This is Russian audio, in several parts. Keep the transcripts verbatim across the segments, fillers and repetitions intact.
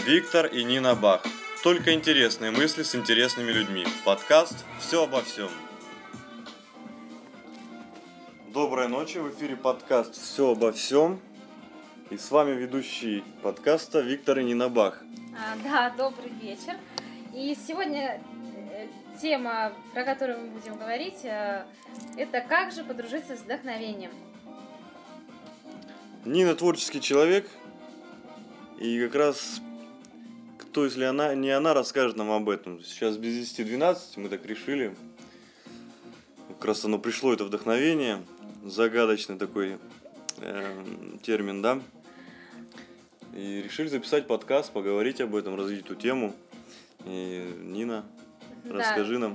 Виктор и Нина Бах. Только интересные мысли с интересными людьми. Подкаст «Все обо всем». Доброй ночи, в эфире подкаст «Все обо всем». И с вами ведущий подкаста Виктор и Нина Бах. А, да, добрый вечер. И сегодня тема, про которую мы будем говорить, это как же подружиться с вдохновением. Нина творческий человек, и как раз кто, если она, не она, расскажет нам об этом. Сейчас без десяти двенадцать мы так решили. Как раз оно пришло, это вдохновение, загадочный такой э, термин, да. И решили записать подкаст, поговорить об этом, развить эту тему. И Нина, да. Расскажи нам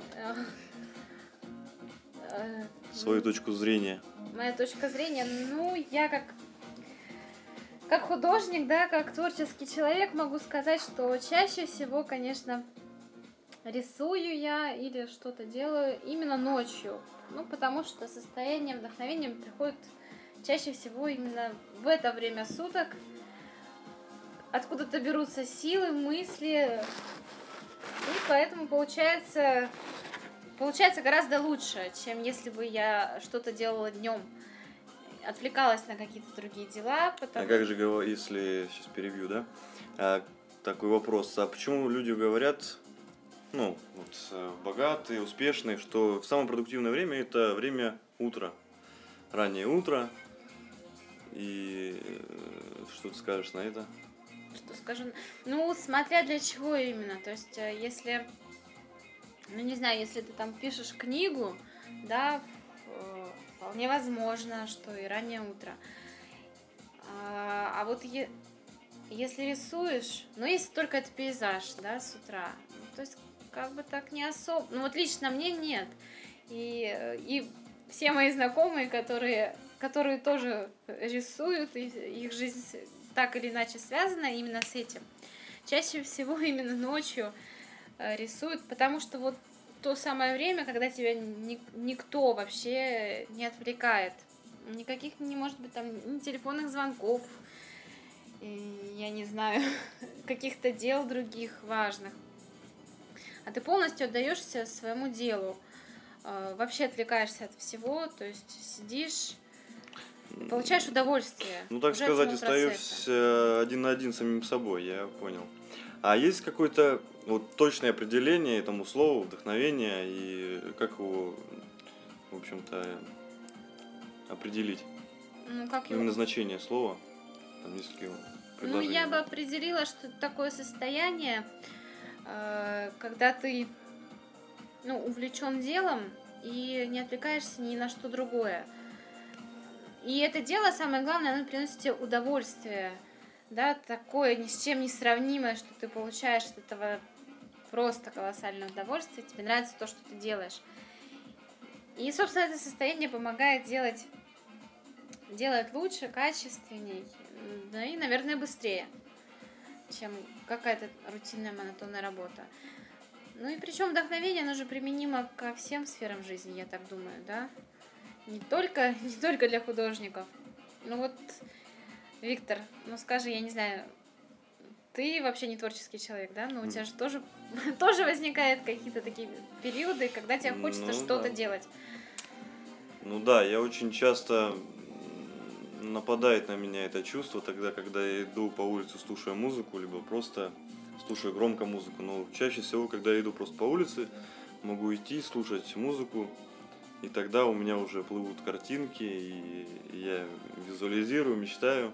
свою точку зрения. Моя точка зрения, ну, я как, как художник, да, как творческий человек могу сказать, что чаще всего, конечно, рисую я или что-то делаю именно ночью. Ну, потому что состояние вдохновения приходит чаще всего именно в это время суток. Откуда-то берутся силы, мысли, и поэтому получается, получается гораздо лучше, чем если бы я что-то делала днем, отвлекалась на какие-то другие дела. Потому... А как же, если, сейчас перебью, да, а, такой вопрос, а почему люди говорят, ну, вот, богатые, успешные, что самое продуктивное время это время утра, раннее утро, и что ты скажешь на это? Что скажу? Ну, смотря для чего именно. То есть, если, ну, не знаю, если ты там пишешь книгу, да, вполне возможно, что и раннее утро. А, а вот е- если рисуешь, ну, если только это пейзаж, да, с утра, то есть, как бы так не особо. Ну, вот лично мне нет. И, и все мои знакомые, которые, которые тоже рисуют, их жизнь так или иначе связано именно с этим. Чаще всего именно ночью рисуют, потому что вот то самое время, когда тебя ни, никто вообще не отвлекает. Никаких не может быть там ни телефонных звонков, я не знаю, каких-то дел других важных. А ты полностью отдаешься своему делу. Вообще отвлекаешься от всего, то есть сидишь, получаешь удовольствие. Ну, так сказать, остаешься один на один с самим собой, я понял. А есть какое-то вот точное определение этому слову, вдохновение, и как его, в общем-то, определить? Ну, как Именно его... значение слова, там несколько предложений. Ну, я бы определила, что это такое состояние, когда ты, ну, увлечен делом и не отвлекаешься ни на что другое. И это дело, самое главное, оно приносит тебе удовольствие, да, такое ни с чем не сравнимое, что ты получаешь от этого просто колоссальное удовольствие, тебе нравится то, что ты делаешь. И, собственно, это состояние помогает делать, делать лучше, качественней, да и, наверное, быстрее, чем какая-то рутинная монотонная работа. Ну и причем вдохновение, оно же применимо ко всем сферам жизни, я так думаю, да. Не только, не только для художников. Ну вот, Виктор, ну скажи, я не знаю, ты вообще не творческий человек, да? Но у тебя же тоже, тоже возникают какие-то такие периоды, когда тебе хочется ну, что-то да. делать. Ну да, я очень часто нападает на меня это чувство тогда, когда я иду по улице, слушая музыку, либо просто слушаю громко музыку. Но чаще всего, когда я иду просто по улице, могу идти, слушать музыку, и тогда у меня уже плывут картинки, и я визуализирую, мечтаю.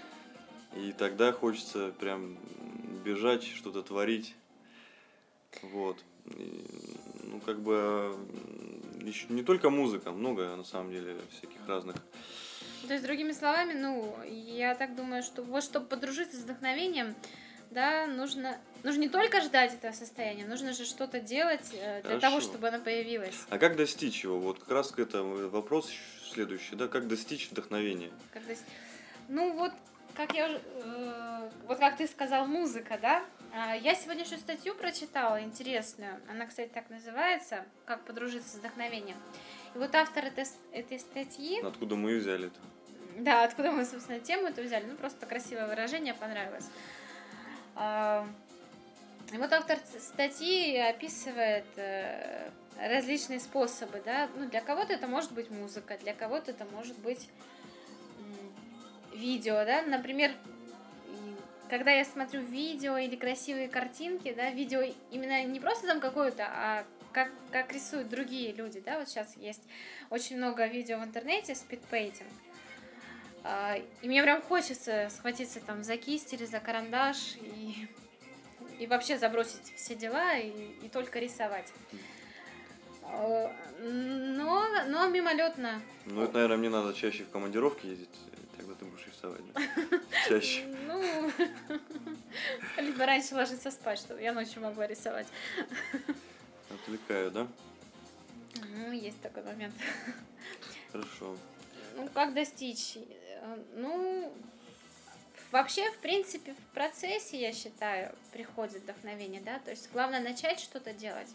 И тогда хочется прям бежать, что-то творить. Вот. И, ну, как бы, еще не только музыка, много, на самом деле, всяких разных. То есть, другими словами, ну, я так думаю, что вот, чтобы подружиться с вдохновением, да, нужно, нужно не только ждать этого состояния, нужно же что-то делать для Хорошо. того, чтобы оно появилось. А как достичь его? Вот как раз это вопрос следующий, да, как достичь вдохновения? Как достичь? Ну вот, как я уже, э, вот как ты сказал, музыка, да? Я сегодняшнюю статью прочитала, интересную. Она, кстати, так называется, «Как подружиться с вдохновением». И вот автор этой, этой статьи... Откуда мы ее взяли-то? Да, откуда мы, собственно, тему эту взяли. Ну, просто красивое выражение, понравилось. А, И вот автор ц- статьи описывает э, различные способы, да. Ну, для кого-то это может быть музыка, для кого-то это может быть м, видео, да. Например, м, когда я смотрю видео или красивые картинки, да, видео именно не просто там какое-то, а как, как рисуют другие люди, да. Вот сейчас есть очень много видео в интернете, спидпейтинг. А, И мне прям хочется схватиться там за кисть или за карандаш и и вообще забросить все дела и, и только рисовать. Э, Но, но мимолетно. Ну, это, наверное, мне надо чаще в командировки ездить, тогда ты будешь рисовать, да? Чаще. Ну, либо раньше ложиться спать, чтобы я ночью могла рисовать. Отвлекаю, да? Ну, есть такой момент. Хорошо. Ну, как достичь? Э, Ну, вообще, в принципе, в процессе, я считаю, приходит вдохновение, да, то есть главное начать что-то делать.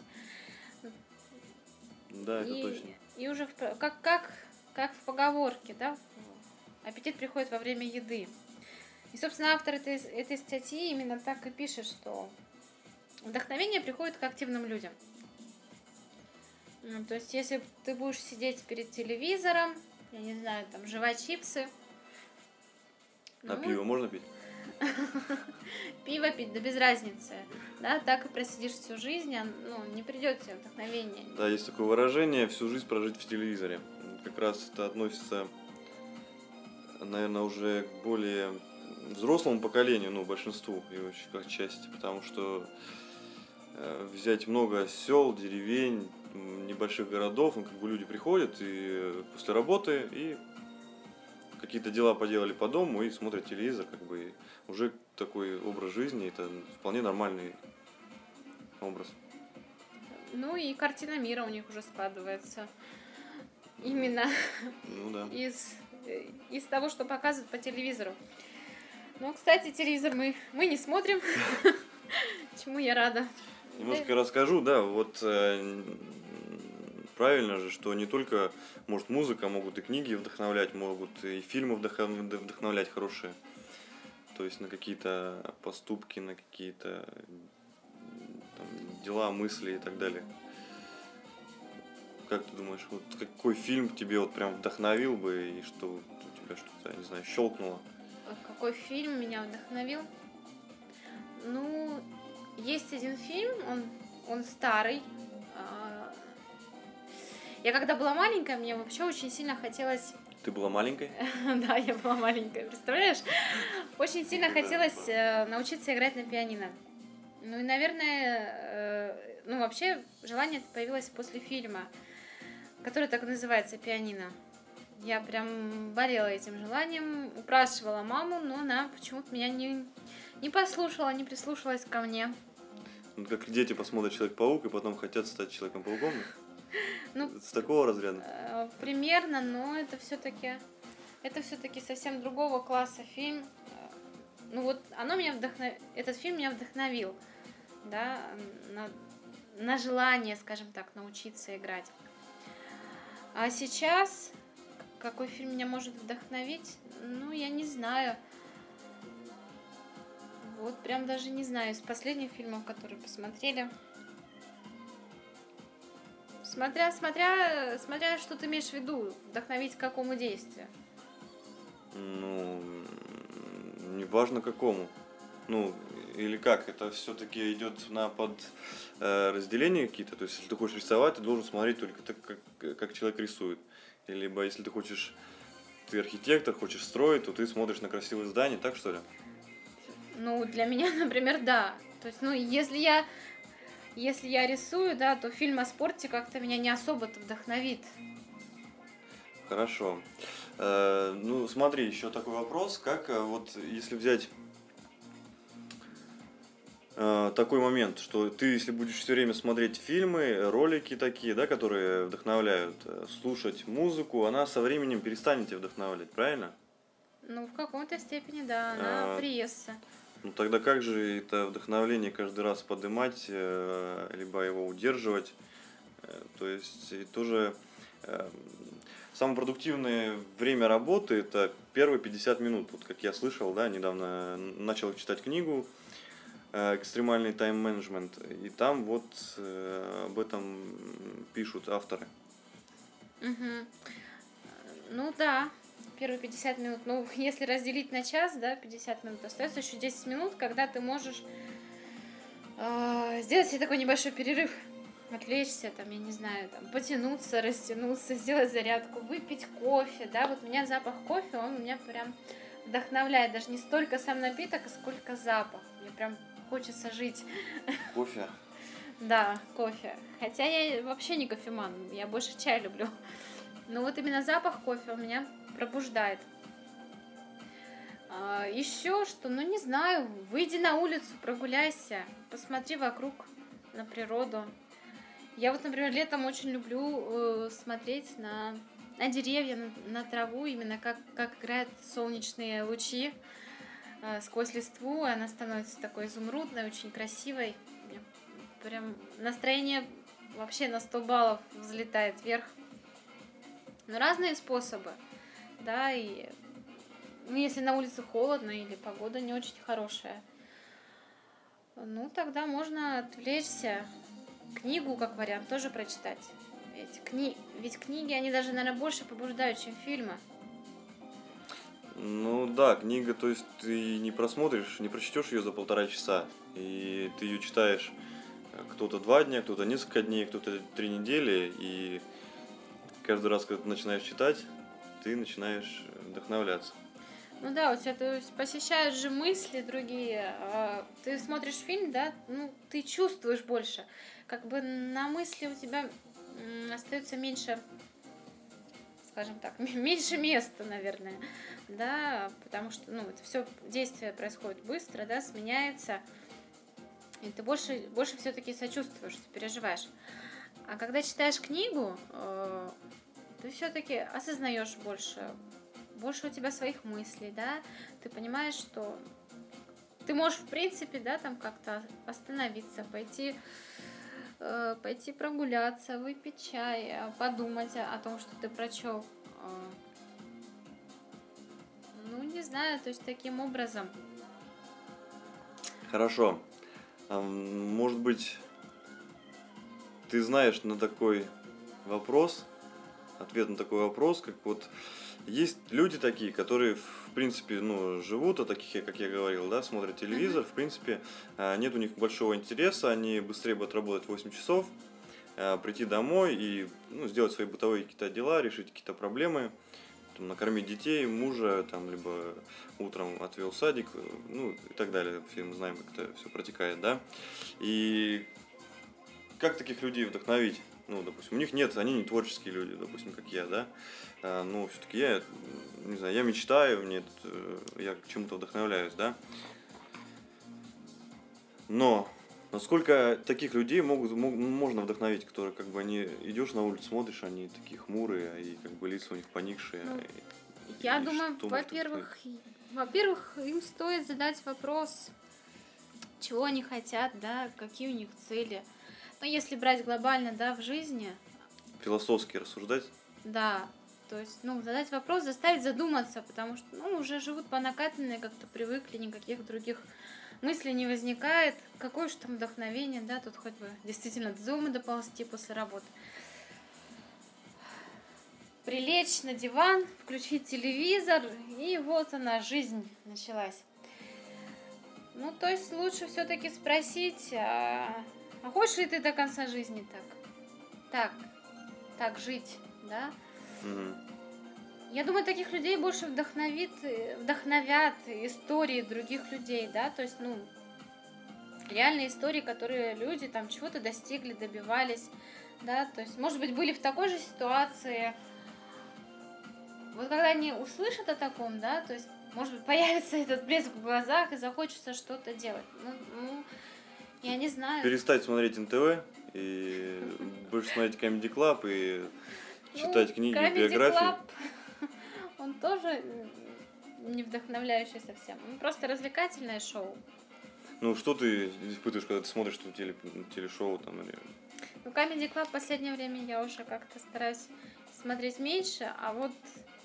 Да, это И, точно. и уже в про- как, как, как в поговорке, да, аппетит приходит во время еды. И, собственно, автор этой, этой статьи именно так и пишет, что вдохновение приходит к активным людям. Ну, то есть, если ты будешь сидеть перед телевизором, я не знаю, там, жевать чипсы, А ну, пиво можно пить? пиво пить, да без разницы, да, так и просидишь всю жизнь, а, ну, не придет тебе вдохновение. Да, есть такое выражение «всю жизнь прожить в телевизоре». Как раз это относится, наверное, уже к более взрослому поколению, ну, большинству и очень как части, потому что э, взять много сел, деревень, м, небольших городов, ну, как бы люди приходят и после работы и какие-то дела поделали по дому и смотрят телевизор, как бы и уже такой образ жизни, это вполне нормальный образ. Ну и картина мира у них уже складывается именно Ну да. из, э, из того, что показывают по телевизору. Ну, кстати, телевизор мы, мы не смотрим, чему я рада. Немножко Да, расскажу, да, вот э, правильно же, что не только, может, музыка, могут и книги вдохновлять, могут и фильмы вдох- вдохновлять хорошие, то есть на какие-то поступки, на какие-то м, там, дела, мысли и так далее. Как ты думаешь, вот какой фильм тебе вот прям вдохновил бы и что вот у тебя что-то, я не знаю, щелкнуло? Какой фильм меня вдохновил? Ну, есть один фильм, он, он старый. А, Я когда была маленькая, мне вообще очень сильно хотелось... Ты была маленькой? Да, я была маленькая, представляешь? Очень сильно Да, хотелось э, научиться играть на пианино. Ну и, наверное, э, ну вообще желание это появилось после фильма, который так и называется «Пианино». Я прям болела этим желанием, упрашивала маму, но она почему-то меня не, не послушала, не прислушалась ко мне. Вот как дети посмотрят Человек-паук и потом хотят стать Человеком-пауком? Ну, С такого разряда? э, примерно, но это все-таки это все-таки совсем другого класса фильм. Э, Ну вот оно меня вдохновил, этот фильм меня вдохновил, да, на, на желание, скажем так, научиться играть. А сейчас какой фильм меня может вдохновить? Ну, я не знаю. Вот прям даже не знаю. Из последних фильмов, которые посмотрели. Смотря, смотря, смотря, что ты имеешь в виду, вдохновить к какому действию. Ну, м, неважно какому. Ну, или как, это все-таки идет на под э, разделение какие-то. То есть, если ты хочешь рисовать, ты должен смотреть только так, как, как человек рисует. Либо если ты хочешь, ты архитектор, хочешь строить, то ты смотришь на красивые здания, так что ли? Ну, для меня, например, да. То есть, ну, если я, если я рисую, да, то фильм о спорте как-то меня не особо-то вдохновит. Хорошо. Э, ну, смотри, еще такой вопрос, как э, вот если взять э, такой момент, что ты, если будешь все время смотреть фильмы, ролики такие, да, которые вдохновляют, э, слушать музыку, она со временем перестанет тебя вдохновлять, правильно? Ну, в какой-то степени, да, она А, приестся. ну тогда как же это вдохновление каждый раз поднимать, э, либо его удерживать? Э, То есть и тоже э, самое продуктивное время работы это первые пятьдесят минут. Вот как я слышал, да, недавно начал читать книгу э, экстремальный тайм-менеджмент. И там вот э, об этом пишут авторы. Мгм. Ну да, первые пятьдесят минут. Ну, если разделить на час, да, пятьдесят минут, остается еще десять минут, когда ты можешь э, сделать себе такой небольшой перерыв, отвлечься, там, я не знаю, там, потянуться, растянуться, сделать зарядку, выпить кофе, да, вот меня запах кофе, он меня прям вдохновляет, даже не столько сам напиток, а сколько запах, мне прям хочется жить. Кофе. Да, кофе. Хотя я вообще не кофеман, я больше чай люблю. Но вот именно запах кофе у меня пробуждает. А, еще что, ну не знаю, выйди на улицу, прогуляйся, посмотри вокруг на природу. Я вот, например, летом очень люблю э, смотреть на, на деревья, на, на траву, именно как, как играют солнечные лучи э, сквозь листву, и она становится такой изумрудной, очень красивой. Мне прям настроение вообще на сто баллов взлетает вверх. Но разные способы, да, и ну, если на улице холодно или погода не очень хорошая, ну, тогда можно отвлечься, книгу, как вариант, тоже прочитать. Ведь, кни... Ведь книги, они даже, наверное, больше побуждают, чем фильмы. Ну да, книга, то есть ты не просмотришь, не прочтешь ее за полтора часа, и ты ее читаешь кто-то два дня, кто-то несколько дней, кто-то три недели, и каждый раз, когда ты начинаешь читать, ты начинаешь вдохновляться. Ну да, у тебя то есть, посещают же мысли другие. а Ты смотришь фильм, да, ну, ты чувствуешь больше. Как бы на мысли у тебя м, остается меньше, скажем так, меньше места, наверное, да, потому что, ну, это все действие происходит быстро, да, сменяется, и ты больше, больше все-таки сочувствуешь, переживаешь. А когда читаешь книгу, э, ты все-таки осознаешь больше, больше у тебя своих мыслей, да, ты понимаешь, что ты можешь, в принципе, да, там как-то остановиться, пойти, э, пойти прогуляться, выпить чай, э, подумать о, о том, что ты прочел. Э, ну, не знаю, то есть таким образом. Хорошо. А, может быть, ты знаешь на такой вопрос, ответ на такой вопрос, как вот есть люди такие, которые, в принципе, ну, живут, а таких, как я говорил, да, смотрят телевизор, Мгм. в принципе, а, нет у них большого интереса, они быстрее бы отработать восемь часов, а, прийти домой и, ну, сделать свои бытовые какие-то дела, решить какие-то проблемы, там, накормить детей, мужа, там, либо утром отвел в садик, э, ну, и так далее. Все мы знаем, как это все протекает, да. И как таких людей вдохновить? Ну, допустим, у них нет, они не творческие люди, допустим, как я, да. А, но все-таки я, м, не знаю, я мечтаю, мне тут, э, я к чему-то вдохновляюсь, да. Но насколько таких людей могут, мог- можно вдохновить, которые как бы они идешь на улицу, смотришь, они такие хмурые, и как бы лица у них поникшие. Ну, и- я и думаю, что может их во-первых, и- во-первых, им стоит задать вопрос, чего они хотят, да, какие у них цели. Но если брать глобально, да, в жизни, философски рассуждать? да, то есть, ну, задать вопрос, заставить задуматься, потому что, ну, уже живут по накатанной, как-то привыкли, никаких других мыслей не возникает. Какое уж там вдохновение, да, тут хоть бы действительно до дома доползти после работы. Прилечь на диван, включить телевизор, и вот она, жизнь началась. Ну, то есть лучше все-таки спросить, а, а хочешь ли ты до конца жизни так? Так, так жить, да? Мгм. Я думаю, таких людей больше вдохновит, э, вдохновят истории других людей, да, то есть, ну, реальные истории, которые люди там чего-то достигли, добивались, да, то есть, может быть, были в такой же ситуации. Вот когда они услышат о таком, да, то есть, может быть, появится этот блеск в глазах и захочется что-то делать. Ну, ну, я не знаю. Перестать смотреть эн тэ вэ и больше смотреть Comedy Club и читать Ну, книги, Comedy биографии. Club, он тоже м, не вдохновляющий совсем. Он просто развлекательное шоу. Ну, что ты испытываешь, когда ты смотришь что теле, телешоу там или... Ну, Comedy Club в последнее время я уже как-то стараюсь смотреть меньше, а вот,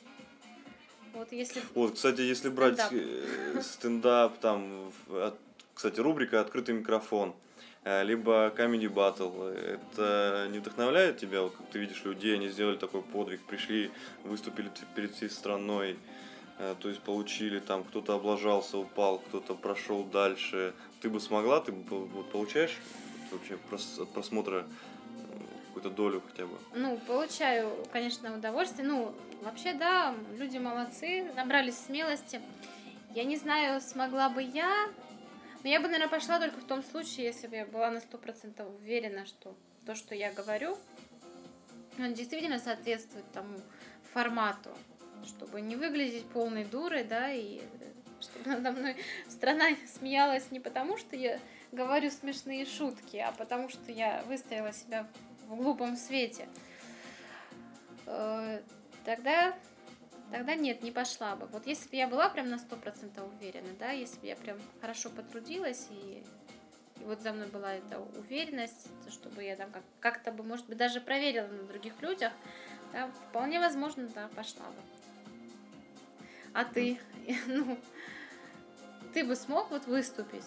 вот если Вот, кстати, если брать стендап. э, стендап, там, в- от кстати, рубрика «Открытый микрофон», э, либо Comedy Battle. Это не вдохновляет тебя, вот, как ты видишь людей, они сделали такой подвиг, пришли, выступили т- перед всей страной, э, то есть получили там, кто-то облажался, упал, кто-то прошел дальше. Ты бы смогла, ты бы по- вот, получаешь вообще прос- от просмотра э, какую-то долю хотя бы? Ну, получаю, конечно, удовольствие. Ну, вообще, да, люди молодцы, набрались смелости. Я не знаю, смогла бы я, но я бы, наверное, пошла только в том случае, если бы я была на сто процентов уверена, что то, что я говорю, он действительно соответствует тому формату, чтобы не выглядеть полной дурой, да, и э, чтобы надо мной страна смеялась не потому, что я говорю смешные шутки, а потому что я выставила себя в глупом свете. Э, Тогда, тогда нет, не пошла бы. Вот если бы я была прям на сто процентов уверена, да, если бы я прям хорошо потрудилась и, и вот за мной была эта уверенность, то чтобы я там как- как-то бы, может быть, даже проверила на других людях, да, вполне возможно, да, пошла бы. А М. ты, ну, ты бы смог вот выступить?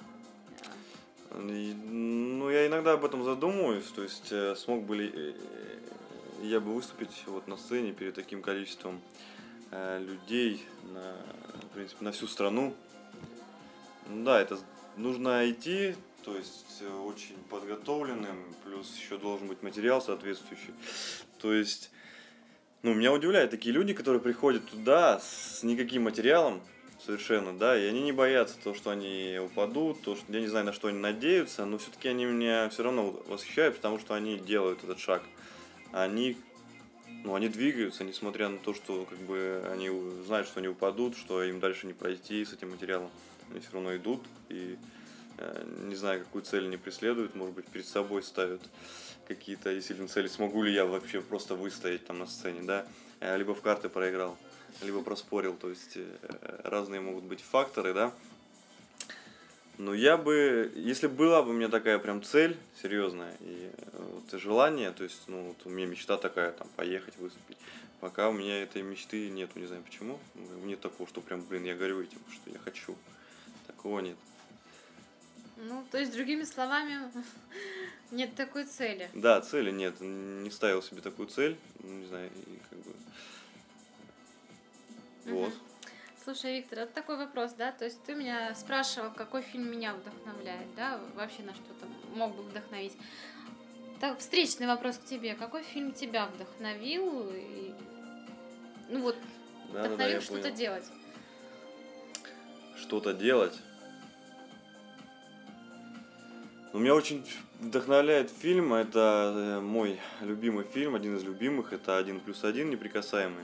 И, Ну, я иногда об этом задумываюсь, то есть э, смог бы ли э, я бы выступить вот на сцене перед таким количеством э, людей, на, в принципе, на всю страну. Ну да, это з- нужно идти, то есть э, очень подготовленным, плюс еще должен быть материал соответствующий. То есть, ну, меня удивляют такие люди, которые приходят туда с никаким материалом совершенно, да, и они не боятся то, что они упадут, то, что я не знаю, на что они надеются, но все-таки они меня все равно восхищают, потому что они делают этот шаг. Они, ну, они двигаются, несмотря на то, что как бы они у- знают, что они упадут, что им дальше не пройти с этим материалом. Они все равно идут и э, не знаю, какую цель они преследуют, может быть, перед собой ставят какие-то действительно цели, смогу ли я вообще просто выстоять там на сцене, да, Э, либо в карты проиграл, либо проспорил, то есть э, разные могут быть факторы, да. Но я бы, если была бы у меня такая прям цель серьезная и э, вот, и желание, то есть, ну, вот у меня мечта такая, там, поехать выступить, пока у меня этой мечты нету, не знаю почему, нет такого, что прям, блин, я горю этим, что я хочу, такого нет. Ну, то есть, другими словами, нет такой цели. Да, цели нет, не ставил себе такую цель, ну, не знаю, и как бы, вот. Мгм. Слушай, Виктор, вот такой вопрос, да, то есть ты меня спрашивал, какой фильм меня вдохновляет, да, вообще на что-то мог бы вдохновить. Так, встречный вопрос к тебе, какой фильм тебя вдохновил, и, ну вот, Да-да-да, вдохновил я что-то понял. делать? Что-то делать. Ну, меня очень вдохновляет фильм, это э, мой любимый фильм, один из любимых, это «Один плюс один. Неприкасаемый».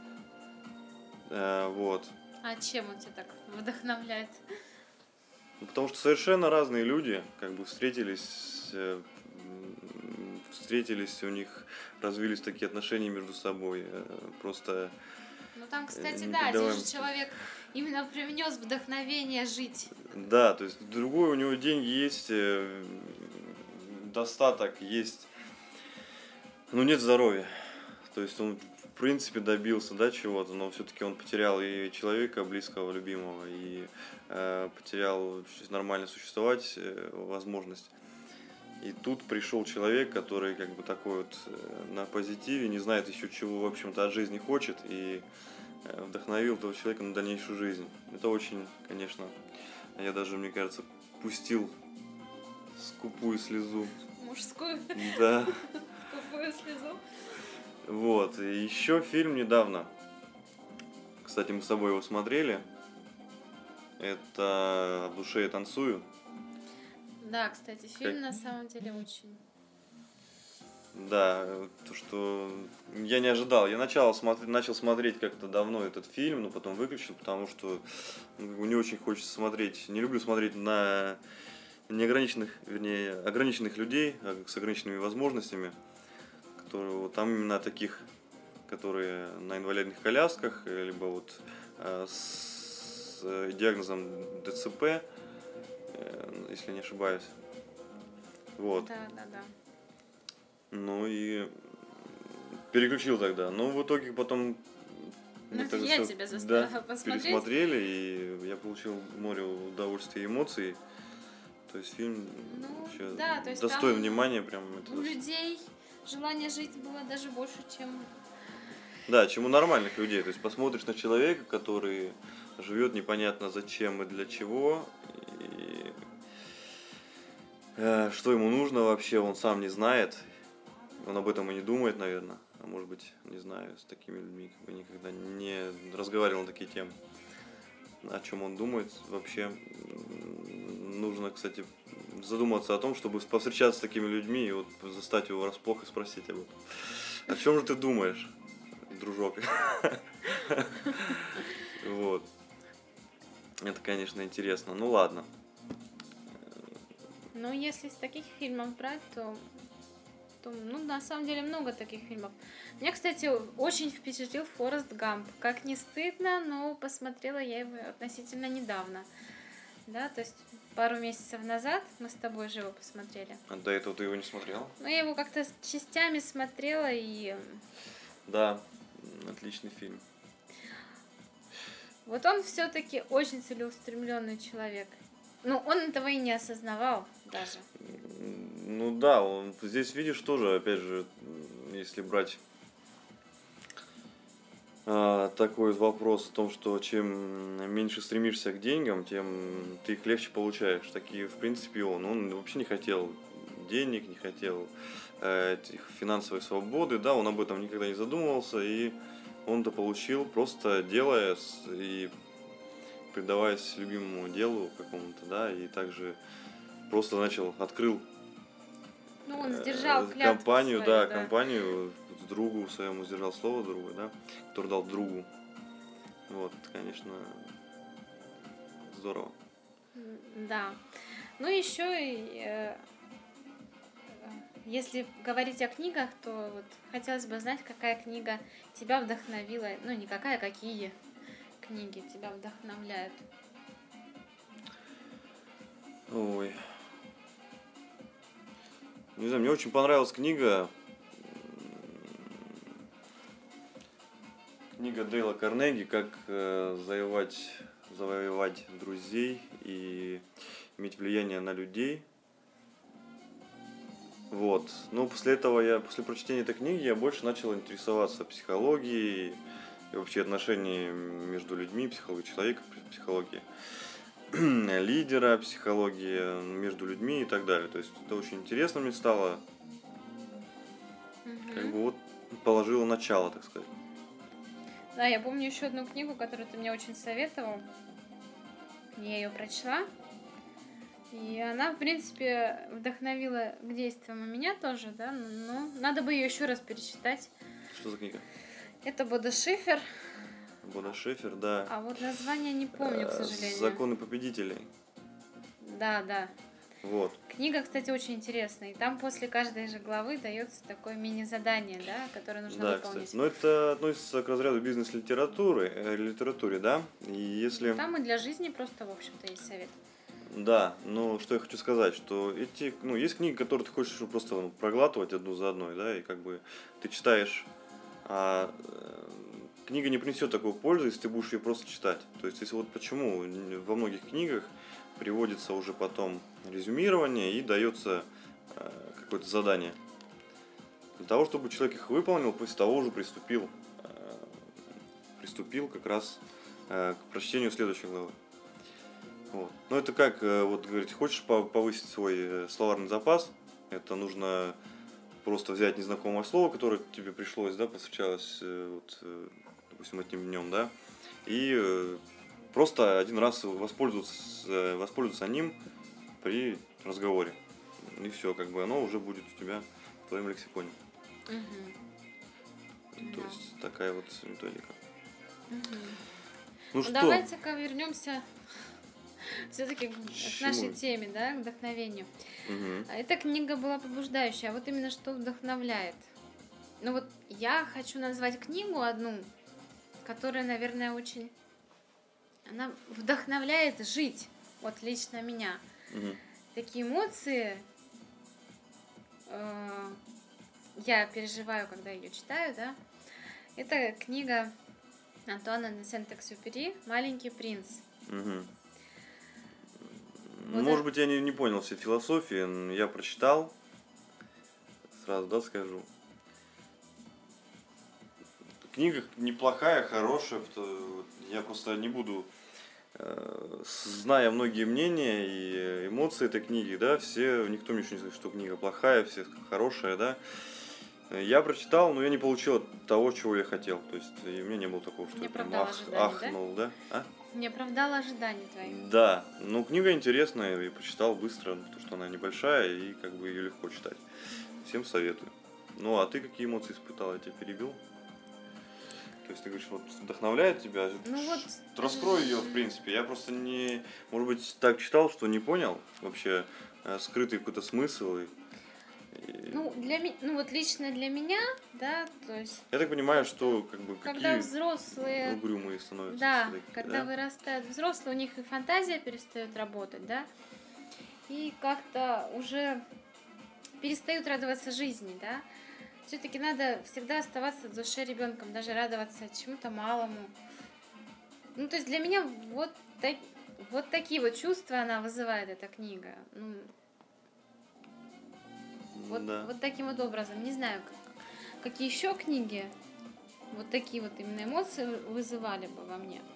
Э, вот. А чем он тебя так вдохновляет? Ну, потому что совершенно разные люди как бы встретились, э, м, встретились, у них развились такие отношения между собой, э, просто Ну там, э, кстати, да, здесь же непередаваемо. человек именно привнес вдохновение жить. Да, то есть другой у него деньги есть, э, достаток есть, но нет здоровья. То есть он в принципе добился, да, чего-то, но все-таки он потерял и человека близкого, любимого, и э, потерял нормально существовать э, возможность. И тут пришел человек, который как бы такой вот э, на позитиве, не знает еще чего, в общем-то, от жизни хочет, и э, вдохновил этого человека на дальнейшую жизнь. Это очень, конечно, я даже, мне кажется, пустил скупую слезу. Мужскую Да, скупую слезу. вот. И еще фильм недавно, кстати, мы с тобой его смотрели, это «В душе я танцую». Да, кстати, фильм Как- на самом деле очень... Да, то, что я не ожидал. Я начал смотреть, начал смотреть как-то давно этот фильм, но потом выключил, потому что ну, как бы не очень хочется смотреть. Не люблю смотреть на неограниченных, вернее, ограниченных людей а, с ограниченными возможностями, которые вот там именно таких, которые на инвалидных колясках, э, либо вот э, с э, диагнозом ДЦП, э, если не ошибаюсь. Вот. Да, да, да. Ну и переключил тогда. Но в итоге потом Ну, Мы это тогда я всё, тебя заставила да, посмотреть. пересмотрели, и я получил море удовольствия и эмоций. То есть фильм Ну, вообще да, то есть достоин там внимания, прям это у дос- людей желание жить было даже больше, чем... Да, чем у нормальных людей. То есть посмотришь на человека, который живет непонятно зачем и для чего, и э, что ему нужно вообще, он сам не знает. Он об этом и не думает, наверное. А может быть, не знаю, с такими людьми как бы никогда не разговаривал на такие темы. О чем он думает вообще. М, Нужно, кстати, задуматься о том, чтобы повстречаться с такими людьми и вот застать его врасплох и спросить об этом. О чем же ты думаешь, дружок? Вот. Это, конечно, интересно. Ну ладно. Ну, если из таких фильмов брать, то, то, ну, на самом деле много таких фильмов. Меня, кстати, очень впечатлил Форест Гамп. Как не стыдно, но посмотрела я его относительно недавно. Да, то есть пару месяцев назад мы с тобой же его посмотрели. А до этого ты его не смотрел? Ну, я его как-то с частями смотрела, и Да, отличный фильм. вот он все-таки очень целеустремленный человек. Ну, он этого и не осознавал даже. Ну да, он здесь видишь тоже, опять же, м, если брать а, такой вопрос о том, что чем меньше стремишься к деньгам, тем ты их легче получаешь. Такие, в принципе, он. Он вообще не хотел денег, не хотел э, этих финансовой свободы, да, он об этом никогда не задумывался, и он это получил, просто делая с- и предаваясь любимому делу какому-то, да, и также просто начал, открыл Ну, он э, сдержал клятву компанию, свою, да, да. компанию другу своему сдержал слово другу, да, который дал другу. Вот, это, конечно, здорово. М, Да. Ну, еще и э, если говорить о книгах, то вот хотелось бы знать, какая книга тебя вдохновила. Ну, не какая, а какие книги тебя вдохновляют. Ой. Не знаю, мне очень понравилась книга. Книга Дейла Карнеги «Как э, завоевать, завоевать друзей и иметь влияние на людей». Вот. Но после этого я, после прочтения этой книги, я больше начал интересоваться психологией и вообще отношениями между людьми, психологией человека, психологией лидера, психологии между людьми и так далее. То есть это очень интересно мне стало. Как Мгм. бы вот положило начало, так сказать. Да, я помню еще одну книгу, которую ты мне очень советовал. Я ее прочла. И она, в принципе, вдохновила к действиям и меня тоже, да, но надо бы ее еще раз перечитать. Что за книга? Это Бодо Шифр, Бода Шефер, да. а вот название не помню, к Э, сожалению. Законы победителей. Да, да. Вот. Книга, кстати, очень интересная. И там после каждой же главы дается такое мини-задание, да, которое нужно Да, выполнить. кстати. Но это относится к разряду бизнес-литературы, э, литературе, да. И если... Там и для жизни просто, в общем-то, есть совет. Да, но что я хочу сказать, что эти, ну, есть книги, которые ты хочешь ну, просто ну, проглатывать одну за одной, да, и как бы ты читаешь, а э, книга не принесет такой пользы, если ты будешь ее просто читать. То есть, если вот почему во многих книгах приводится уже потом резюмирование и дается э, какое-то задание. Для того, чтобы человек их выполнил, после того уже приступил, э, приступил как раз э, к прочтению следующей главы. Вот. Ну это как, э, вот говорить, хочешь по- повысить свой э, словарный запас, это нужно просто взять незнакомое слово, которое тебе пришлось, да, повстречалось, э, вот, э, допустим, этим днем, да, и э, просто один раз воспользоваться, с- э, воспользоваться ним при разговоре. И все, как бы оно уже будет у тебя в твоем лексиконе. Мгм. То Да. есть такая вот методика. Мгм. Ну Ну, что? давайте-ка вернемся все-таки к Чему? нашей теме, да, к вдохновению. Мгм. А эта книга была побуждающая, а вот именно что вдохновляет. Ну вот я хочу назвать книгу одну, которая, наверное, очень... Она вдохновляет жить, вот лично меня. Мгм. Такие эмоции э, я переживаю, когда ее читаю, да. Это книга Антуана де Сент-Экзюпери «Маленький принц». Угу. Вот Может это- быть, я не, не понял все философии, но я прочитал, сразу, да, скажу. Книга неплохая, хорошая, пото- я просто не буду, э, зная многие мнения и эмоции этой книги, да, все, никто мне еще не сказал, что книга плохая, все хорошая, да. Я прочитал, но я не получил того, чего я хотел. То есть и у меня не было такого, что Не я прям оправдал ах, ожиданий, да? ахнул, да? А? Не оправдала ожиданий твоих. Да, ну книга интересная, я почитал быстро, потому что она небольшая и как бы ее легко читать. Всем советую. Ну а ты какие эмоции испытал? Я тебя перебил? То есть ты говоришь, вот вдохновляет тебя? Ну вот, Раскрой ее, в принципе. Я просто не, может быть, так читал, что не понял вообще э, скрытый какой-то смысл. И, и- ну, для ми- ну вот лично для меня, да, то есть, Я так понимаю, что как бы когда какие взрослые, угрюмые становятся. да, всё-таки, когда да? вырастают взрослые, у них и фантазия перестает работать, да, и как-то уже перестают радоваться жизни, да. Все-таки надо всегда оставаться в душе ребенком, даже радоваться чему-то малому. Ну, то есть для меня вот, так- вот такие вот чувства она вызывает, эта книга. Ну, вот, Да. вот таким вот образом. Не знаю, как- какие еще книги вот такие вот именно эмоции вызывали бы во мне.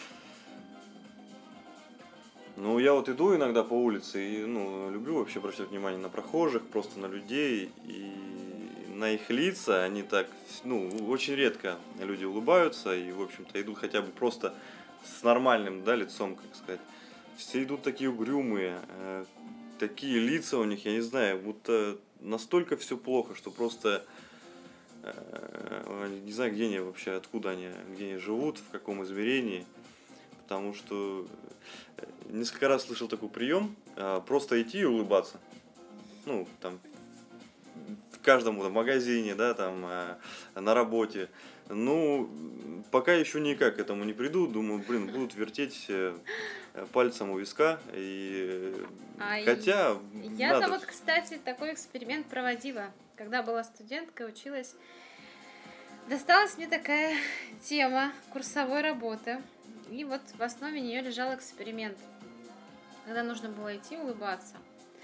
Ну, я вот иду иногда по улице и, ну, люблю вообще обращать внимание на прохожих, просто на людей и на их лица. Они так, ну, очень редко люди улыбаются и, в общем-то, идут хотя бы просто с нормальным, да, лицом, как сказать. Все идут такие угрюмые, э, такие лица у них, я не знаю, будто настолько все плохо, что просто э, не знаю, где они вообще, откуда они, где они живут, в каком измерении. Потому что э, несколько раз слышал такой прием, э, просто идти и улыбаться. Ну, там, в каждом там, магазине, да, там, э, на работе. Ну, пока еще никак к этому не приду. Думаю, блин, будут вертеть э, пальцем у виска. И... А Хотя, Я-то надо. вот, кстати, такой эксперимент проводила, когда была студенткой, училась. Досталась мне такая тема курсовой работы. И вот в основе нее лежал эксперимент, когда нужно было идти улыбаться.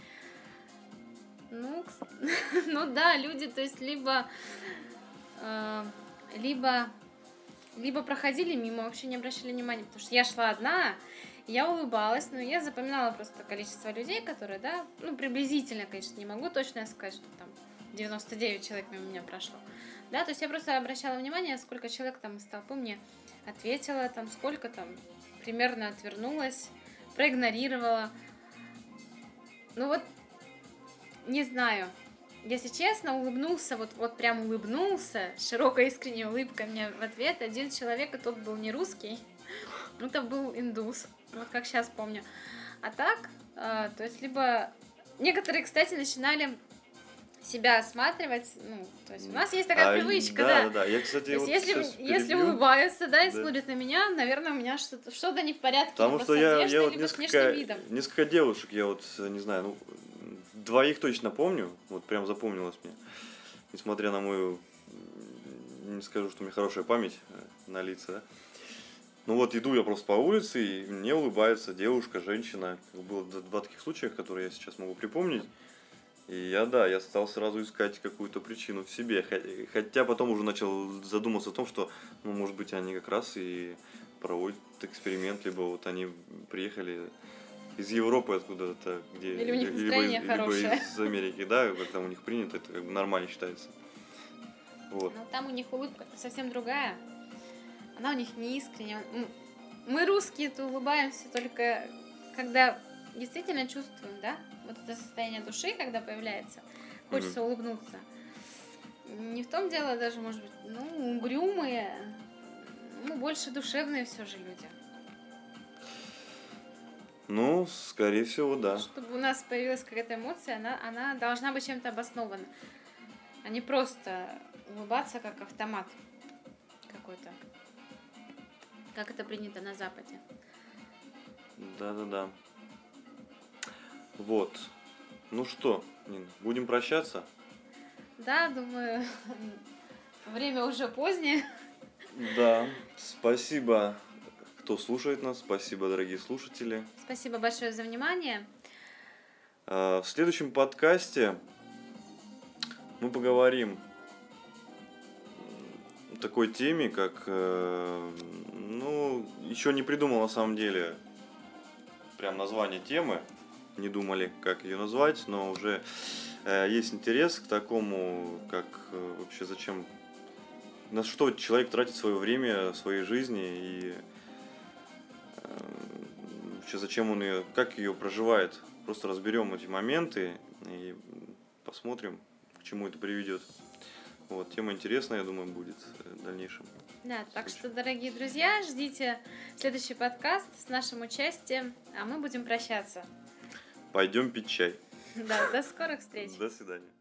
Ну, кс- ну да, люди, то есть либо, э, либо, либо проходили мимо, вообще не обращали внимания, потому что я шла одна, я улыбалась, но я запоминала просто количество людей, которые, да, ну, приблизительно, конечно, не могу точно сказать, что там девяносто девять человек мимо меня прошло. Да, то есть я просто обращала внимание, сколько человек там из толпы мне ответила, там, сколько там примерно отвернулась, проигнорировала. Ну вот, не знаю, если честно, улыбнулся, вот, вот прям улыбнулся, широкая искренняя улыбка мне в ответ. Один человек, и тот был не русский, это был индус, вот как сейчас помню. А так, э, то есть либо... Некоторые, кстати, начинали себя осматривать, ну, то есть у нас есть такая А, привычка, да, да. да, да. Я, кстати, То есть вот если, сейчас если перебью. улыбаются, да, и Да. смотрят на меня, наверное, у меня что-то, что-то не в порядке, Потому либо что с я, одеждой, я вот либо с внешним несколько, видом. несколько девушек, я вот, не знаю, ну, двоих точно помню, вот прям запомнилось мне, несмотря на мою, не скажу, что у меня хорошая память э, на лица, да. Ну вот иду я просто по улице, и мне улыбается девушка, женщина, как было два таких случая, которые я сейчас могу припомнить. И я, да, я стал сразу искать какую-то причину в себе. Хотя потом уже начал задуматься о том, что, ну, может быть, они как раз и проводят эксперимент, либо вот они приехали из Европы откуда-то, где... Или у них либо, настроение из, хорошее. либо из Америки, да, как там у них принято, это как бы нормально считается. Вот. Но там у них улыбка совсем другая. Она у них не искренняя. М, Мы, русские-то, улыбаемся только когда действительно чувствуем, да, вот это состояние души, когда появляется, хочется улыбнуться. Не в том дело даже, может быть, ну, угрюмые, ну, больше душевные все же люди. Ну, скорее всего, да. Чтобы у нас появилась какая-то эмоция, она, она должна быть чем-то обоснована, а не просто улыбаться как автомат какой-то, как это принято на Западе. Да-да-да. Вот. Ну что, Нин, будем прощаться? Да, думаю, время уже позднее. Да, спасибо, кто слушает нас, спасибо, дорогие слушатели. Спасибо большое за внимание. В следующем подкасте мы поговорим о такой теме, как, ну, еще не придумал на самом деле прям название темы, не думали, как ее назвать, но уже есть интерес к такому, как вообще зачем, на что человек тратит свое время в своей жизни и вообще зачем он ее, как ее проживает. Просто разберем эти моменты и посмотрим, к чему это приведет. Вот, тема интересная, я думаю, будет в дальнейшем. Да, так что, дорогие друзья, ждите следующий подкаст с нашим участием, а мы будем прощаться. Пойдем пить чай. Да, до скорых встреч. До свидания.